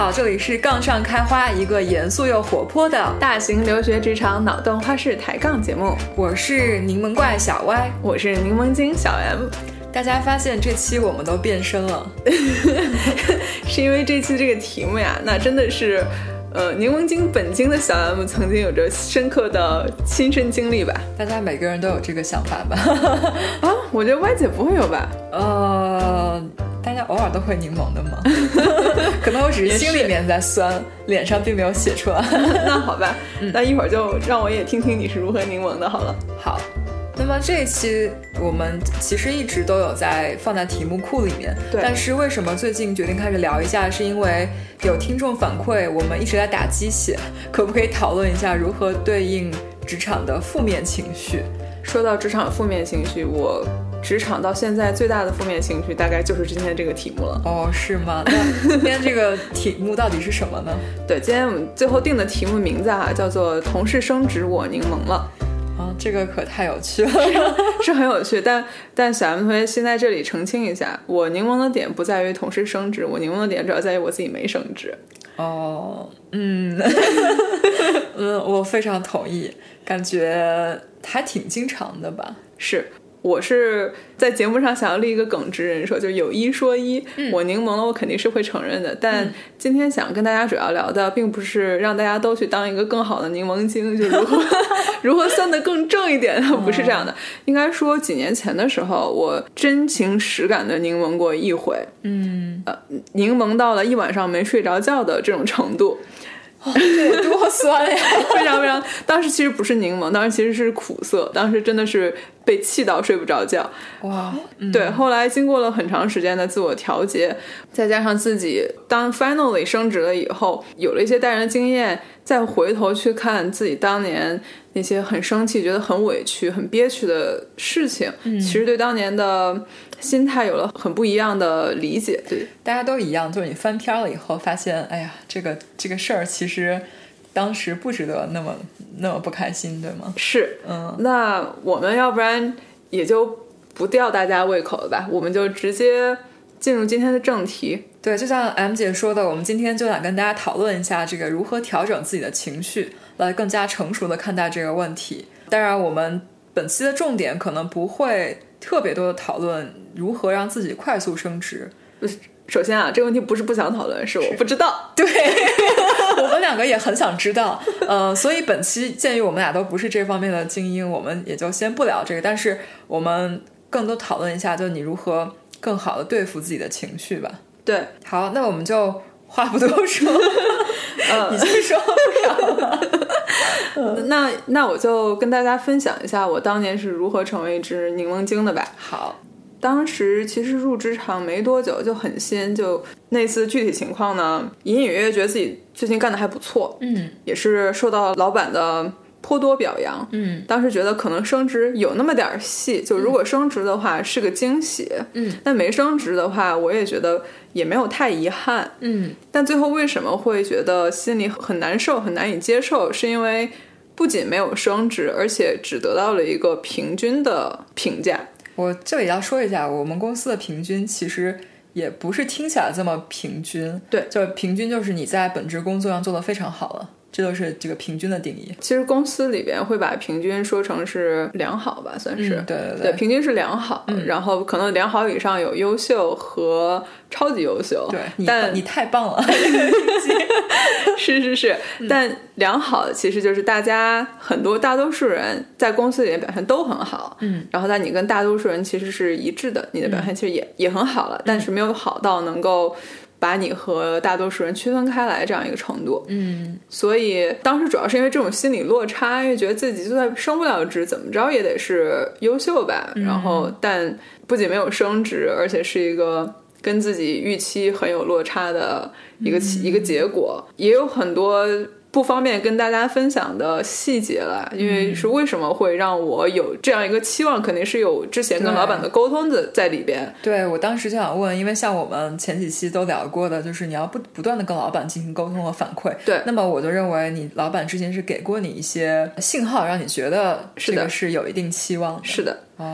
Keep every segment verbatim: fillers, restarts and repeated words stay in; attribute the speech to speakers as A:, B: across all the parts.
A: 好，这里是杠上开花，一个严肃又活泼的
B: 大型留学职场脑洞花式抬杠节目。
A: 我是柠檬怪小歪，
B: 我是柠檬精小 M。
A: 大家发现这期我们都变身了
B: 是因为这期这个题目呀，那真的是呃，柠檬精本精的小 M 曾经有着深刻的亲身经历吧。
A: 大家每个人都有这个想法吧
B: 啊，我觉得歪姐不会有吧。
A: 呃大家偶尔都会柠檬的吗可能我只是心里面在酸，脸上并没有写出来
B: 那好吧、嗯、那一会儿就让我也听听你是如何柠檬的好了。
A: 好，那么这一期我们其实一直都有在放在题目库里面，
B: 对，
A: 但是为什么最近决定开始聊一下，是因为有听众反馈我们一直在打鸡血，可不可以讨论一下如何对应职场的负面情绪。
B: 说到职场负面情绪，我职场到现在最大的负面情绪大概就是今天这个题目了。
A: 哦，是吗？那今天这个题目到底是什么呢？
B: 对，今天我们最后定的题目名字啊，叫做同事升职我柠檬了。
A: 啊，这个可太有趣了
B: 是很有趣，但但小 M 同学先在这里澄清一下，我柠檬的点不在于同事升职，我柠檬的点主要在于我自己没升职。
A: 哦，嗯嗯，我非常同意，感觉还挺经常的吧。
B: 是，我是在节目上想要立一个耿直人设，就有一说一、嗯、我柠檬了我肯定是会承认的，但今天想跟大家主要聊的并不是让大家都去当一个更好的柠檬精，就如何如何算得更正一点，不是这样的、嗯、应该说几年前的时候我真情实感的柠檬过一回，
A: 嗯，
B: 呃，柠檬到了一晚上没睡着觉的这种程度。
A: 哦、这有多酸呀
B: 非常非常，当时其实不是柠檬，当时其实是苦涩，当时真的是被气到睡不着觉。
A: 哇、嗯、
B: 对，后来经过了很长时间的自我调节，再加上自己当 finally 升职了以后有了一些待人的经验，再回头去看自己当年那些很生气觉得很委屈很憋屈的事情、嗯、其实对当年的心态有了很不一样的理解。对，
A: 大家都一样，就是你翻篇了以后发现，哎呀，这个这个事儿其实当时不值得那么那么不开心，对吗？
B: 是，
A: 嗯，
B: 那我们要不然也就不吊大家胃口了吧，我们就直接进入今天的正题。
A: 对，就像 M 姐说的，我们今天就想跟大家讨论一下这个如何调整自己的情绪，来更加成熟的看待这个问题。当然我们本期的重点可能不会特别多的讨论如何让自己快速升职。
B: 首先啊，这个问题不是不想讨论，是我不知道。
A: 对我们两个也很想知道呃，所以本期鉴于我们俩都不是这方面的精英，我们也就先不聊这个，但是我们更多讨论一下就你如何更好的对付自己的情绪吧。
B: 对，
A: 好，那我们就话不多说呃、已经说不了了
B: 那那我就跟大家分享一下我当年是如何成为一只柠檬精的吧。
A: 好，
B: 当时其实入职场没多久就很新，就那次具体情况呢，隐隐约约觉得自己最近干得还不错，
A: 嗯，
B: 也是受到老板的颇多表扬，
A: 嗯，
B: 当时觉得可能升职有那么点戏，就如果升职的话是个惊喜，
A: 嗯，
B: 但没升职的话我也觉得也没有太遗憾，
A: 嗯，
B: 但最后为什么会觉得心里很难受很难以接受，是因为不仅没有升职，而且只得到了一个平均的评价。
A: 我这里要说一下，我们公司的平均其实也不是听起来这么平均，
B: 对，
A: 就平均就是你在本职工作上做得非常好了，这就是这个平均的定义。
B: 其实公司里边会把平均说成是良好吧，算是、
A: 嗯、对对
B: 对, 对平均是良好、嗯、然后可能良好以上有优秀和超级优秀。
A: 对，你
B: 但
A: 你太棒了
B: 是是是、嗯、但良好其实就是大家很多大多数人在公司里面表现都很好，
A: 嗯，
B: 然后但你跟大多数人其实是一致的，你的表现其实也、嗯、也很好了，但是没有好到能够把你和大多数人区分开来这样一个程度。
A: 嗯，
B: 所以当时主要是因为这种心理落差，因为觉得自己就算升不了职怎么着也得是优秀吧、嗯、然后但不仅没有升职，而且是一个跟自己预期很有落差的一个、嗯、一个结果，也有很多不方便跟大家分享的细节了，因为是为什么会让我有这样一个期望，肯定是有之前跟老板的沟通的在里边。
A: 对，我当时就想问，因为像我们前几期都聊过的，就是你要不不断的跟老板进行沟通和反馈，
B: 对，
A: 那么我就认为你老板之前是给过你一些信号，让你觉得这个是有一定期望的。
B: 是的，
A: 哦，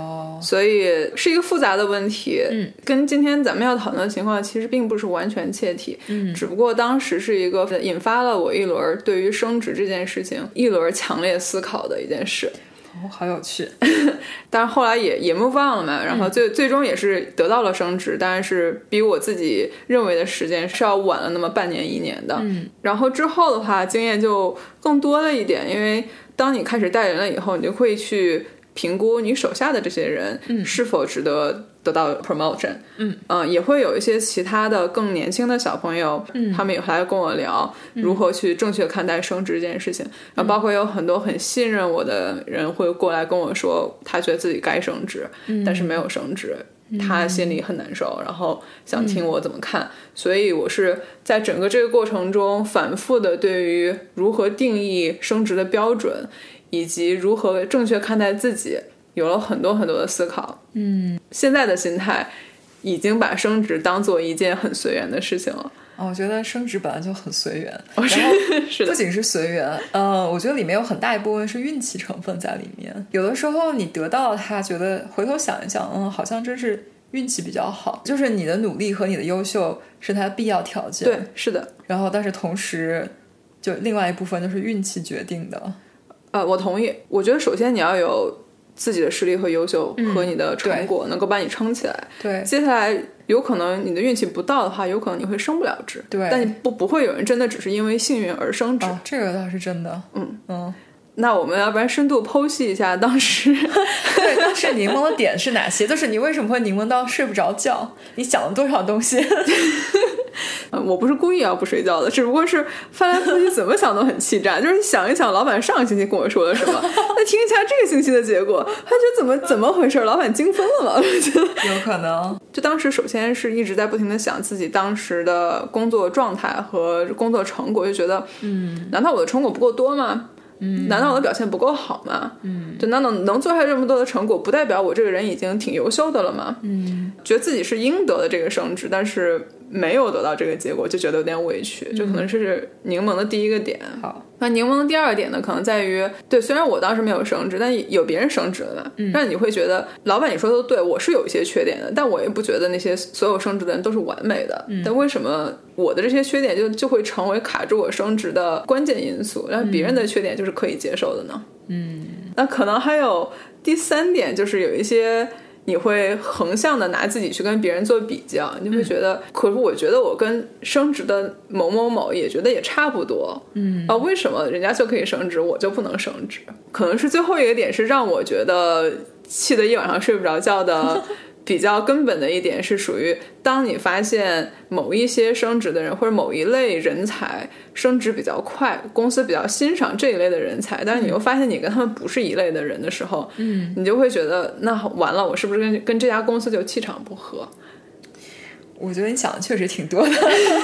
B: 所以是一个复杂的问题，
A: 嗯，
B: 跟今天咱们要讨论的情况其实并不是完全切题，
A: 嗯，
B: 只不过当时是一个引发了我一轮对于生殖这件事情一轮强烈思考的一件事。
A: 哦，好有趣。
B: 但是后来也也 move on 了嘛，然后最、嗯、最终也是得到了升职，但是比我自己认为的时间是要晚了那么半年一年的。
A: 嗯，
B: 然后之后的话经验就更多了一点，因为当你开始带人了以后，你就会去评估你手下的这些人是否值得得到 promotion。
A: 嗯
B: 嗯，也会有一些其他的更年轻的小朋友，
A: 嗯，
B: 他们也会来跟我聊如何去正确看待升职这件事情。然后包括有很多很信任我的人会过来跟我说他觉得自己该升职，
A: 嗯，
B: 但是没有升职，他心里很难受，然后想听我怎么看。所以我是在整个这个过程中反复的对于如何定义升职的标准以及如何正确看待自己有了很多很多的思考。
A: 嗯，
B: 现在的心态已经把升职当做一件很随缘的事情了。
A: 哦，我觉得升职本来就很随缘，
B: 哦，
A: 然后
B: 是的，
A: 不仅是随缘，呃，我觉得里面有很大一部分是运气成分在里面。有的时候你得到了它，觉得回头想一想，嗯，好像真是运气比较好，就是你的努力和你的优秀是它的必要条件。
B: 对，是的。
A: 然后，但是同时，就另外一部分就是运气决定的。
B: 呃，我同意。我觉得首先你要有自己的实力和优秀和你的成果能够把你撑起来。
A: 对，
B: 接下来有可能你的运气不到的话，有可能你会升不了职。
A: 对，
B: 但不不会有人真的只是因为幸运而升职。
A: 哦，这个倒是真的。
B: 嗯
A: 嗯。
B: 那我们要不然深度剖析一下当时
A: 对当时柠檬的点是哪些，就是你为什么会柠檬到睡不着觉，你想了多少东西
B: 嗯，我不是故意要不睡觉的，只不过是翻来覆去怎么想都很气炸。就是想一想老板上个星期跟我说了什么，那听一下这个星期的结果，他觉得怎么怎么回事，老板精分了吗？
A: 有可能。
B: 就当时首先是一直在不停的想自己当时的工作状态和工作成果，就觉得嗯，难道我的成果不够多吗？嗯，难道我的表现不够好吗？嗯，就难道能做下这么多的成果，不代表我这个人已经挺优秀的了吗？嗯，觉得自己是应得的这个升职，但是没有得到这个结果，就觉得有点委屈。这可能是柠檬的第一个点。
A: 好，
B: 那柠檬的第二个点呢，可能在于，对，虽然我当时没有升职，但有别人升职了嘛，嗯，但你会觉得老板你说的都对，我是有一些缺点的，但我也不觉得那些所有升职的人都是完美的。嗯，但为什么我的这些缺点就就会成为卡住我升职的关键因素，然后别人的缺点就是可以接受的呢？嗯，那可能还有第三点，就是有一些你会横向的拿自己去跟别人做比较，你会觉得、嗯、可是我觉得我跟升职的某某某也觉得也差不多，嗯啊，为什么人家就可以升职我就不能升职？可能是最后一个点是让我觉得气得一晚上睡不着觉的比较根本的一点，是属于当你发现某一些升职的人或者某一类人才升职比较快，公司比较欣赏这一类的人才，但是你又发现你跟他们不是一类的人的时候，嗯，你就会觉得那完了，我是不是跟跟这家公司就气场不合？
A: 我觉得你想的确实挺多的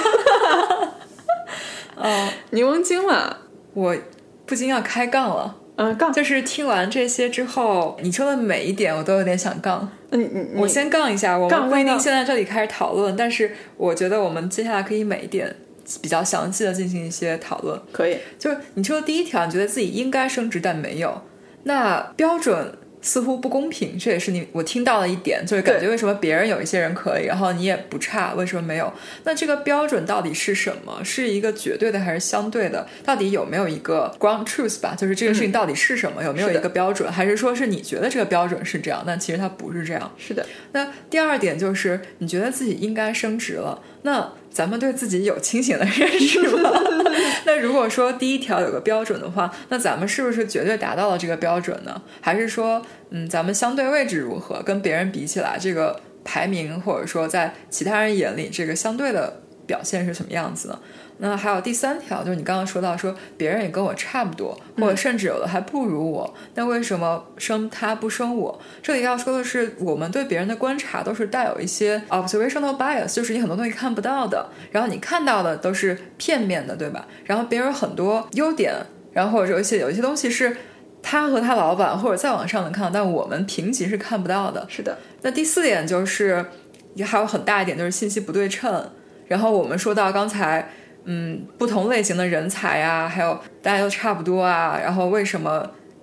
B: 哦，柠檬精了，
A: 我不禁要开杠了。
B: 嗯，杠
A: 就是听完这些之后，你说的每一点我都有点想杠。
B: 你你
A: 我先杠一下，我们不一定现在这里开始讨论，但是我觉得我们接下来可以每一点比较详细的进行一些讨论。
B: 可以，
A: 就是你说的第一条，你觉得自己应该升职但没有，那标准似乎不公平，这也是你我听到的一点，就是感觉为什么别人有一些人可以，然后你也不差，为什么没有？那这个标准到底是什么？是一个绝对的还是相对的？到底有没有一个 ground truth 吧？就是这个事情到底是什么？嗯、有没有一个标准？还是说是你觉得这个标准是这样，但其实它不是这样？
B: 是的。
A: 那第二点就是你觉得自己应该升职了，那咱们对自己有清醒的认识吗？那如果说第一条有个标准的话，那咱们是不是绝对达到了这个标准呢？还是说嗯，咱们相对位置如何，跟别人比起来这个排名或者说在其他人眼里这个相对的表现是什么样子呢？那还有第三条，就是你刚刚说到说别人也跟我差不多，或者甚至有的还不如我、嗯、那为什么升他不升我？这里要说的是我们对别人的观察都是带有一些 observational bias， 就是你很多东西看不到的，然后你看到的都是片面的，对吧？然后别人有很多优点，然后或者有一些有一些东西是他和他老板或者再往上能看到，但我们评级是看不到的。
B: 是的。
A: 那第四点就是还有很大一点就是信息不对称，然后我们说到刚才嗯，不同类型的人才啊，还有大家都差不多啊，然后为什么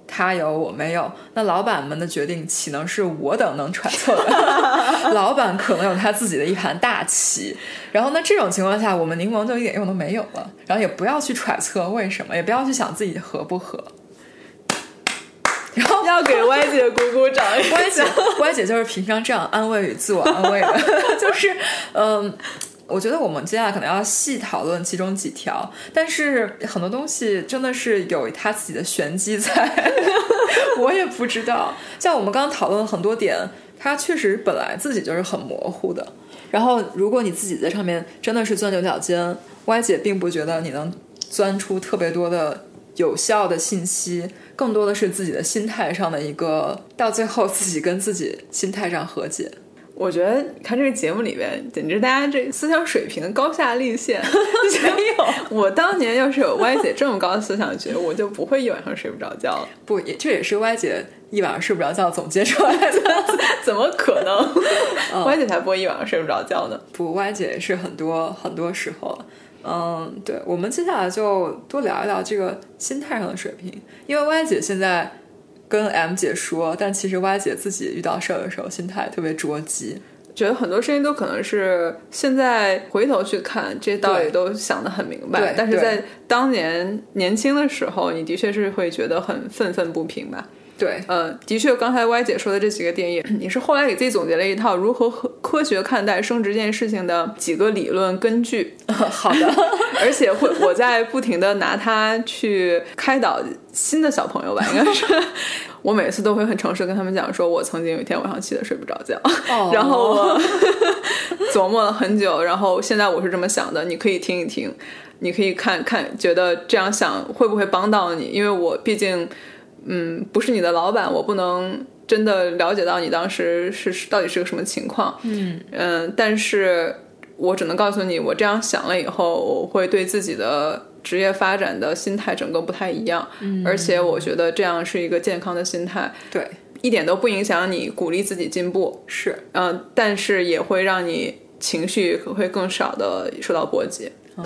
A: 他有我没有，那老板们的决定岂能是我等能揣测的？老板可能有他自己的一盘大棋，然后那这种情况下我们柠檬就一点用都没有了，然后也不要去揣测为什么，也不要去想自己合不合。然后
B: 要给歪姐鼓鼓掌。
A: 歪姐歪姐就是平常这样安慰与自我安慰的就是嗯我觉得我们接下来可能要细讨论其中几条，但是很多东西真的是有他自己的玄机在我也不知道，像我们刚刚讨论很多点，它确实本来自己就是很模糊的，然后如果你自己在上面真的是钻牛角尖，歪姐并不觉得你能钻出特别多的有效的信息，更多的是自己的心态上的一个，到最后自己跟自己心态上和解。
B: 我觉得看这个节目里面简直大家这思想水平高下立现没有，我当年要是有歪姐这么高的思想觉，我就不会一晚上睡不着觉了。
A: 不，这也是歪姐一晚上睡不着觉总结出来的
B: 怎么可能、嗯、歪姐才不会一晚上睡不着觉呢。
A: 不，歪姐也是很多很多时候。嗯，对，我们接下来就多聊一聊这个心态上的水平，因为歪姐现在跟 M 姐说，但其实 Y 姐自己遇到事儿的时候心态特别着急，
B: 觉得很多事情都可能是现在回头去看这些道理都想得很明白，但是在当年年轻的时候你的确是会觉得很愤愤不平吧。
A: 对，
B: 呃，的确刚才 Y 姐说的这几个点也你是后来给自己总结了一套如何科学看待升职这件事情的几个理论根据
A: 好的
B: 而且会我在不停的拿它去开导新的小朋友吧，应该是我每次都会很诚实跟他们讲说我曾经有一天晚上气得睡不着觉、oh. 然后我琢磨了很久，然后现在我是这么想的，你可以听一听，你可以看看觉得这样想会不会帮到你，因为我毕竟嗯，不是你的老板，我不能真的了解到你当时是到底是个什么情况。
A: 嗯
B: 嗯，但是我只能告诉你，我这样想了以后，我会对自己的职业发展的心态整个不太一样。
A: 嗯，
B: 而且我觉得这样是一个健康的心态。
A: 对，
B: 一点都不影响你鼓励自己进步。
A: 是，
B: 嗯，但是也会让你情绪会更少的受到波及。
A: 嗯。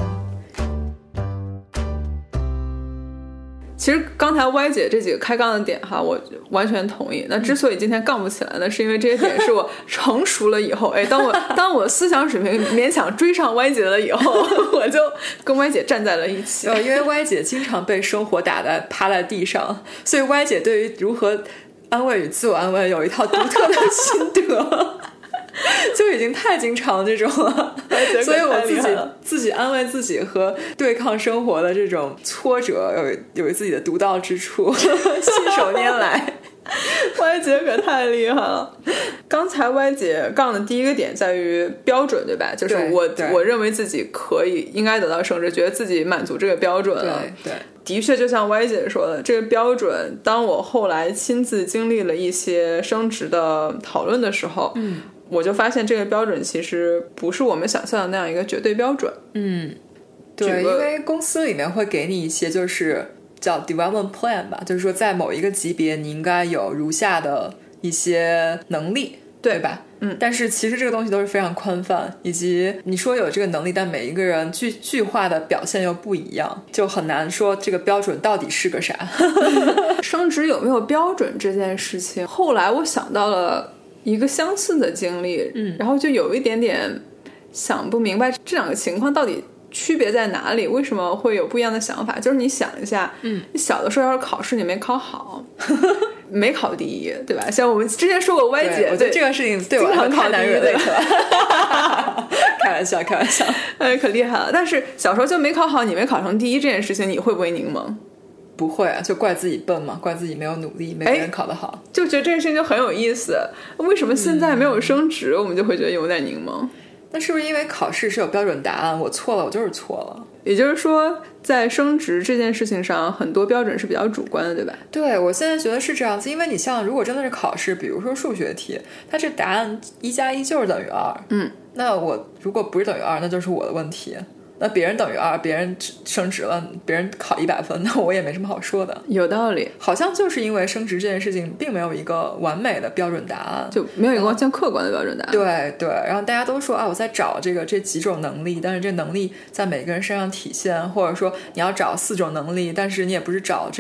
B: 其实刚才歪姐这几个开杠的点哈，我完全同意。那之所以今天杠不起来呢，是因为这些点是我成熟了以后，哎，当我当我思想水平勉强追上歪姐了以后，我就跟歪姐站在了一起。
A: 因为歪姐经常被生活打在趴在地上，所以歪姐对于如何安慰与自我安慰有一套独特的心得。就已经太经常这种了，所以我自己自己安慰自己和对抗生活的这种挫折有有自己的独到之处，信手拈来。
B: 歪姐可太厉害了。刚才歪姐杠的第一个点在于标准，对吧？就是我我认为自己可以应该得到升职，觉得自己满足这个标准了。
A: 对对，
B: 的确就像歪姐说的，这个标准当我后来亲自经历了一些升职的讨论的时候，
A: 嗯，
B: 我就发现这个标准其实不是我们想象的那样一个绝对标准。
A: 嗯，对，因为公司里面会给你一些就是叫 development plan 吧，就是说在某一个级别你应该有如下的一些能力，对吧？
B: 嗯，
A: 但是其实这个东西都是非常宽泛，以及你说有这个能力，但每一个人具具化的表现又不一样，就很难说这个标准到底是个啥。
B: 升职有没有标准这件事情，后来我想到了一个相似的经历，
A: 嗯，
B: 然后就有一点点想不明白这两个情况到底区别在哪里，为什么会有不一样的想法。就是你想一下，
A: 嗯，
B: 你小的时候要是考试你没考好没考第一，对吧？像我们之前说过歪姐，
A: 我觉得这个事情对我来说太难忍了。开玩笑开玩笑，
B: 哎，可厉害了。但是小时候就没考好，你没考成第一这件事情，你会不会柠檬？
A: 不会啊，就怪自己笨嘛，怪自己没有努力，没别人考得好，
B: 就觉得这件事情就很有意思。为什么现在没有升职、嗯、我们就会觉得有点柠檬？
A: 那是不是因为考试是有标准答案，我错了我就是错了？
B: 也就是说在升职这件事情上很多标准是比较主观的，对吧？
A: 对，我现在觉得是这样子。因为你像如果真的是考试，比如说数学题，它这答案一加一就是等于二，
B: 嗯，
A: 那我如果不是等于二，那就是我的问题。那别人等于二，别人升职了，别人考一百分，那我也没什么好说的。
B: 有道理，
A: 好像就是因为升职这件事情并没有一个完美的标准答案，
B: 就没有一个完全客观的标准答案。
A: 对对，然后大家都说啊，我在找这个这几种能力，但是这能力在每个人身上体现，或者说你要找四种能力，但是你也不是找这个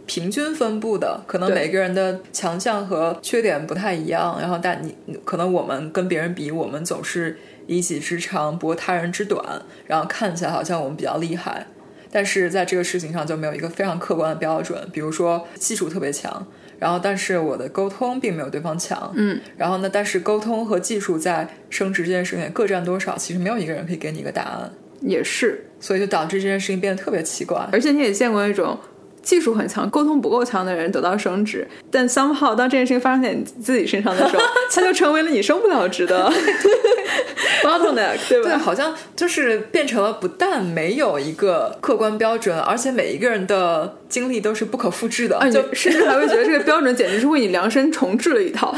A: 平均分布的，可能每个人的强项和缺点不太一样，然后但你可能我们跟别人比，我们总是一己之长博他人之短，然后看起来好像我们比较厉害，但是在这个事情上就没有一个非常客观的标准。比如说技术特别强，然后但是我的沟通并没有对方强，
B: 嗯，
A: 然后呢，但是沟通和技术在升职这件事情各占多少，其实没有一个人可以给你一个答案。
B: 也是，
A: 所以就导致这件事情变得特别奇怪。
B: 而且你也见过一种技术很强沟通不够强的人得到升职，但 somehow 当这件事情发生在你自己身上的时候他就成为了你升不了职的bottleneck， 对吧？
A: 对，好像就是变成了不但没有一个客观标准，而且每一个人的经历都是不可复制的，
B: 啊、
A: 就
B: 甚至还会觉得这个标准简直是为你量身重置了一套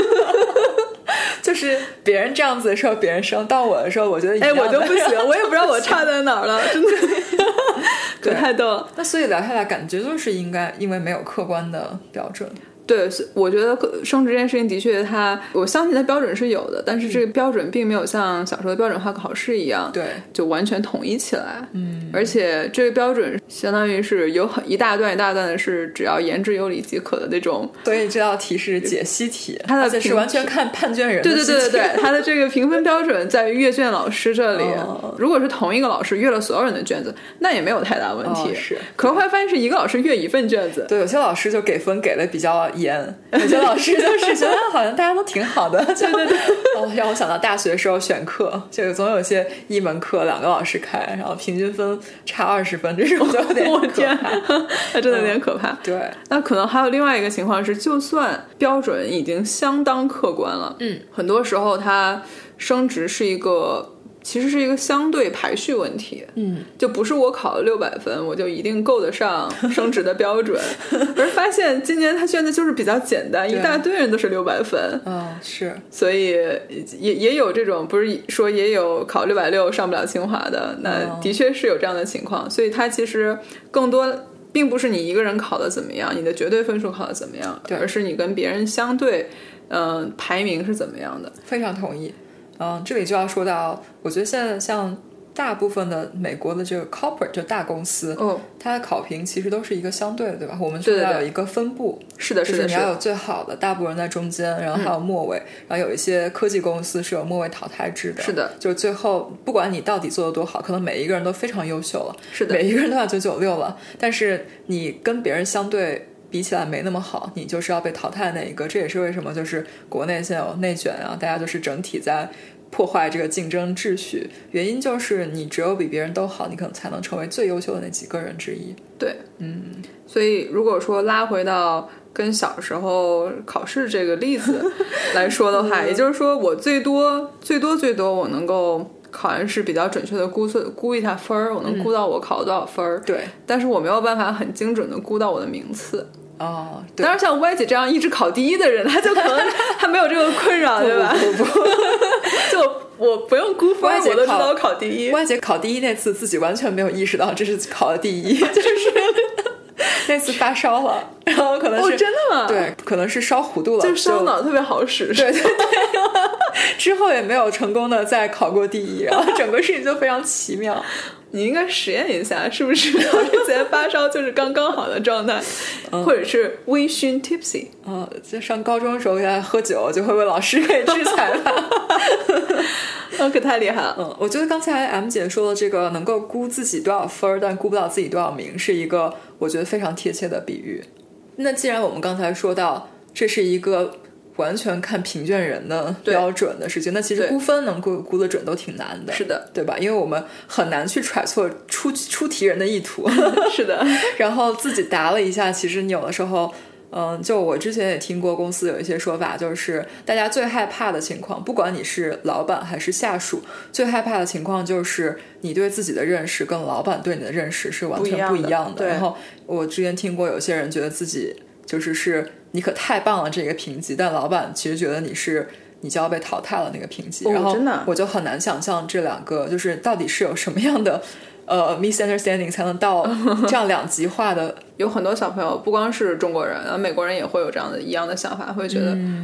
A: 就是别人这样子的时候别人升，到我的时候我觉得一样的，
B: 哎，我就不行，我也不知道我差在哪儿了，真的
A: 对，
B: 太逗了。
A: 那所以聊下来感觉就是应该因为没有客观的标准。
B: 对，我觉得升职这件事情的确它我相信它标准是有的，但是这个标准并没有像小时候的标准化考试一样，
A: 对，
B: 就完全统一起来。
A: 嗯，
B: 而且这个标准相当于是有很一大段一大段的是只要言之有理即可的那种，
A: 所以这道题是解析题，
B: 它的
A: 而且是完全看判卷人的。
B: 对对对对对，它的这个评分标准在于阅卷老师这里、哦、如果是同一个老师阅了所有人的卷子那也没有太大问题、
A: 哦、是。
B: 可是后来发现是一个老师阅一份卷子，
A: 对，有些老师就给分给的比较严，有些老师就是觉得好像大家都挺好的对对对、哦、让我想到大学时候选课，就总有些一门课两个老师开，然后平均分差二十分，这种就有点可怕
B: 那真的有点可怕、嗯、
A: 对。
B: 那可能还有另外一个情况是，就算标准已经相当客观了，
A: 嗯，
B: 很多时候它升职是一个其实是一个相对排序问题，
A: 嗯，
B: 就不是我考了六百分我就一定够得上升职的标准而发现今年他卷子就是比较简单，一大堆人都是六百分，
A: 嗯，是，
B: 所以也也有这种，不是说也有考六百六上不了清华的，那的确是有这样的情况，所以它其实更多并不是你一个人考的怎么样，你的绝对分数考的怎么样，
A: 对，
B: 而是你跟别人相对嗯、呃，排名是怎么样的。
A: 非常同意。嗯，这里就要说到，我觉得现在像大部分的美国的这个 corporate 就大公司，
B: 哦，
A: 它的考评其实都是一个相对的，对吧？我们说要有一个分布，
B: 是的，是的，
A: 就是你要有最好的，大部分人在中间，然后还有末尾、嗯，然后有一些科技公司是有末位淘汰制的，
B: 是的，
A: 就最后不管你到底做得多好，可能每一个人都非常优秀了，
B: 是的，
A: 每一个人都要九九六了，但是你跟别人相对比起来没那么好，你就是要被淘汰那一个。这也是为什么就是国内现在有内卷啊，大家就是整体在破坏这个竞争秩序，原因就是你只有比别人都好，你可能才能成为最优秀的那几个人之一。
B: 对，
A: 嗯，
B: 所以如果说拉回到跟小时候考试这个例子来说的话，也就是说我最多最多最多我能够考完试比较准确的估算估一下分儿，我能估到我考了多少分儿、嗯、
A: 对，但
B: 是我没有办法很精准的估到我的名次。
A: 哦，
B: 对，当然像歪姐这样一直考第一的人，他就可能他没有这个困扰，对吧？
A: 不不不，
B: 就我不用估分，我都知道我考第一。
A: 歪姐考第一那次自己完全没有意识到这是考了第一，就是那次发烧了，然后可能是、
B: 哦、真的吗？
A: 对，可能是烧糊涂了，
B: 就烧脑特别好使。
A: 对对对，之后也没有成功的再考过第一，然后整个事情就非常奇妙。
B: 你应该实验一下，是不是考试前发烧就是刚刚好的状态、嗯、或者是微醺 tipsy
A: 啊、嗯，就上高中的时候在喝酒就会被老师给制裁了
B: 哦，可太厉害了。
A: 嗯，我觉得刚才 M 姐说的这个能够估自己多少分但估不到自己多少名是一个我觉得非常贴切的比喻。那既然我们刚才说到这是一个完全看评卷人的标准的事情，那其实估分能估估得准都挺难的。
B: 是的，
A: 对吧？因为我们很难去揣测出出题人的意图。
B: 是的，
A: 然后自己答了一下，其实你有的时候嗯，就我之前也听过公司有一些说法，就是大家最害怕的情况，不管你是老板还是下属，最害怕的情况就是你对自己的认识跟老板对你的认识是完全不一样的。然后我之前听过有些人觉得自己就是是你可太棒了这个评级，但老板其实觉得你是你就要被淘汰了那个评级、
B: 哦、
A: 然后
B: 真的
A: 我就很难想象这两个就是到底是有什么样的呃 misunderstanding 才能到这样两极化的
B: 有很多小朋友不光是中国人，美国人也会有这样的一样的想法，会觉得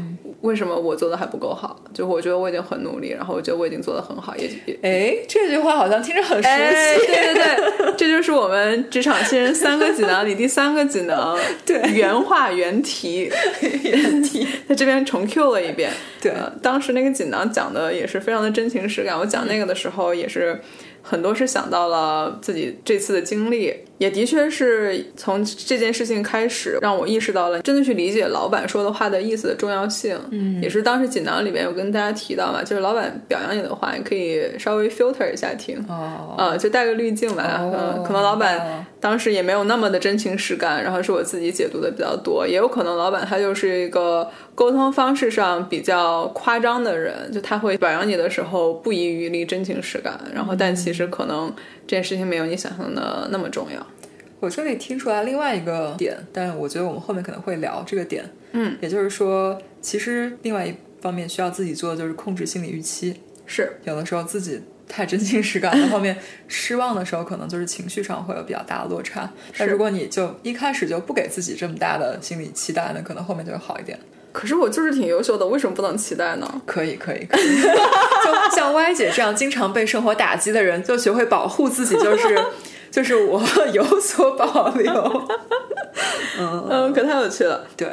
B: 为什么我做的还不够好，就我觉得我已经很努力，然后我觉得我已经做得很好，也也
A: 哎，这句话好像听着很熟悉、
B: 哎、对对对，这就是我们职场新人三个技能里第三个技能，
A: 对，
B: 原话原题
A: 原题
B: 在这边重 Q 了一遍。
A: 对、
B: 呃、当时那个锦囊讲的也是非常的真情实感，我讲那个的时候也是很多是想到了自己这次的经历，也的确是从这件事情开始让我意识到了真的去理解老板说的话的意思的重要性。嗯，也是当时锦囊里面有跟大家提到嘛，就是老板表扬你的话，你可以稍微 filter 一下听，
A: 哦，
B: 呃，就带个滤镜吧。
A: 哦、
B: 呃，可能老板当时也没有那么的真情实感，然后是我自己解读的比较多，也有可能老板他就是一个沟通方式上比较夸张的人，就他会表扬你的时候不遗余力真情实感，然后但其实可能这件事情没有你想象的那么重要。
A: 我这里听出来另外一个点，但我觉得我们后面可能会聊这个点。
B: 嗯，
A: 也就是说其实另外一方面需要自己做的就是控制心理预期，
B: 是
A: 有的时候自己太真情实感，到后面失望的时候可能就是情绪上会有比较大的落差，但如果你就一开始就不给自己这么大的心理期待呢，可能后面就会好一点。
B: 可是我就是挺优秀的，为什么不能期待呢？
A: 可以可以可以就像 Y 姐这样经常被生活打击的人，就学会保护自己，就是就是我有所保留嗯
B: 嗯，可太有趣了。
A: 对，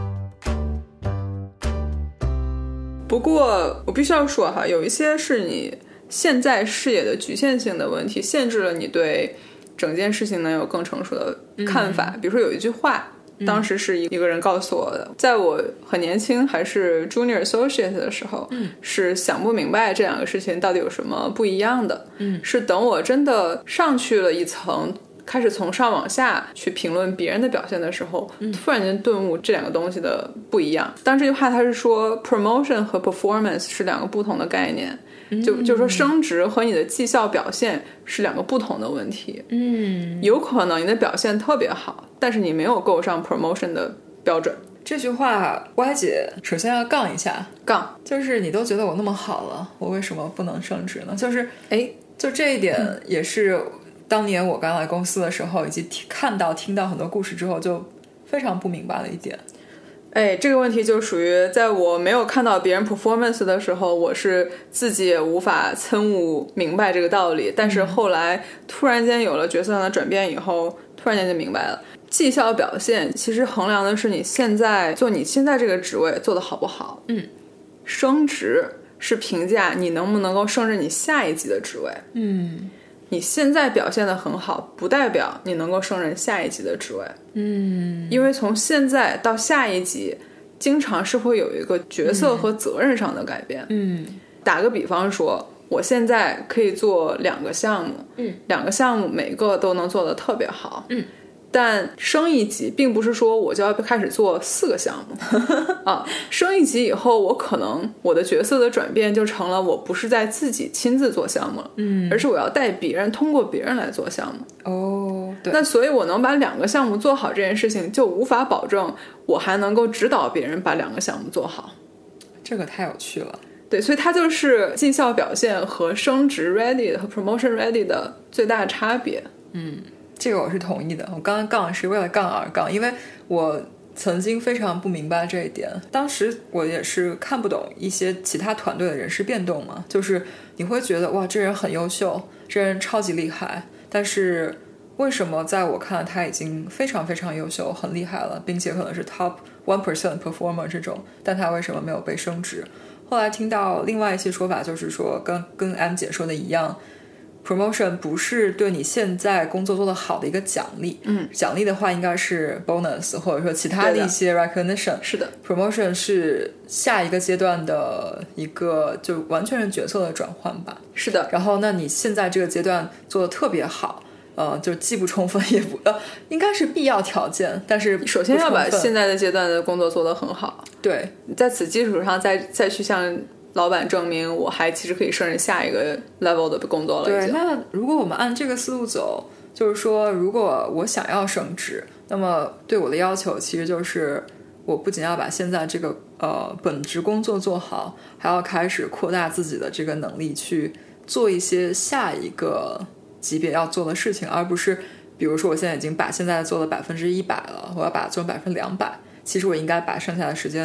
B: 不过我必须要说哈，有一些是你现在视野的局限性的问题，限制了你对整件事情能有更成熟的看法。嗯、比如说有一句话，当时是一个人告诉我的，嗯、在我很年轻还是 junior associate 的时候，嗯、是想不明白这两个事情到底有什么不一样的。嗯，是等我真的上去了一层，开始从上往下去评论别人的表现的时候，嗯、突然间顿悟这两个东西的不一样。当这句话他是说 promotion 和 performance 是两个不同的概念，就就是说升职和你的绩效表现是两个不同的问题。嗯，有可能你的表现特别好，但是你没有够上 promotion 的标准。
A: 这句话 Y 姐首先要杠一下，
B: 杠
A: 就是你都觉得我那么好了，我为什么不能升职呢？就是哎，就这一点也是当年我刚来公司的时候，以及看到听到很多故事之后就非常不明白的一点。
B: 哎，这个问题就属于在我没有看到别人 performance 的时候，我是自己也无法参悟明白这个道理，但是后来突然间有了角色上的转变以后，突然间就明白了。绩效表现其实衡量的是你现在做你现在这个职位做得好不好。嗯，升职是评价你能不能够胜任你下一级的职位。嗯，你现在表现得很好，不代表你能够胜任下一级的职位。嗯，因为从现在到下一级，经常是会有一个角色和责任上的改变。嗯，打个比方说，我现在可以做两个项目，嗯，两个项目每个都能做得特别好。嗯。但升一级并不是说我就要开始做四个项目啊，升一级以后我可能我的角色的转变就成了我不是在自己亲自做项目了，嗯，而是我要带别人通过别人来做项目。
A: 哦，对，
B: 那所以我能把两个项目做好这件事情，就无法保证我还能够指导别人把两个项目做好。
A: 这个太有趣了。
B: 对，所以它就是绩效表现和升职 ready 和 promotion ready 的最大差别。
A: 嗯，这个我是同意的。我刚刚杠是为了杠而杠，因为我曾经非常不明白这一点。当时我也是看不懂一些其他团队的人事变动嘛，就是你会觉得哇，这人很优秀，这人超级厉害，但是为什么在我看来他已经非常非常优秀很厉害了，并且可能是 top one percent performer 这种，但他为什么没有被升职？后来听到另外一些说法，就是说跟跟 M 姐说的一样， promotion 不是对你现在工作做得好的一个奖励，嗯，奖励的话应该是 bonus 或者说其他的一些 recognition。
B: 是的，
A: promotion 是下一个阶段的一个就完全是角色的转换吧。
B: 是的，
A: 然后那你现在这个阶段做得特别好，呃，就既不充分也不呃，应该是必要条件，但是
B: 首先要把现在的阶段的工作做得很好，
A: 对，
B: 在此基础上再再去向老板证明我还其实可以胜任下一个 level 的工作了。
A: 对，那如果我们按这个思路走，就是说如果我想要升职，那么对我的要求其实就是我不仅要把现在这个呃本职工作做好，还要开始扩大自己的这个能力去做一些下一个级别要做的事情，而不是比如说我现在已经把现在做的百分之一百了，我要把它做百分之两百，其实我应该把剩下的时间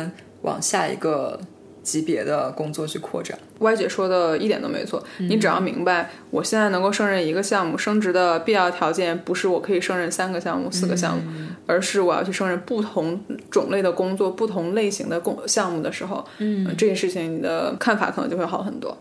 A: 往下一个级别的工作去扩展。
B: 歪姐说的一点都没错、嗯、你只要明白我现在能够胜任一个项目，升职的必要条件不是我可以胜任三个项目四个项目、嗯、而是我要去胜任不同种类的工作不同类型的工项目的时候，嗯、呃，这件事情你的看法可能就会好很多。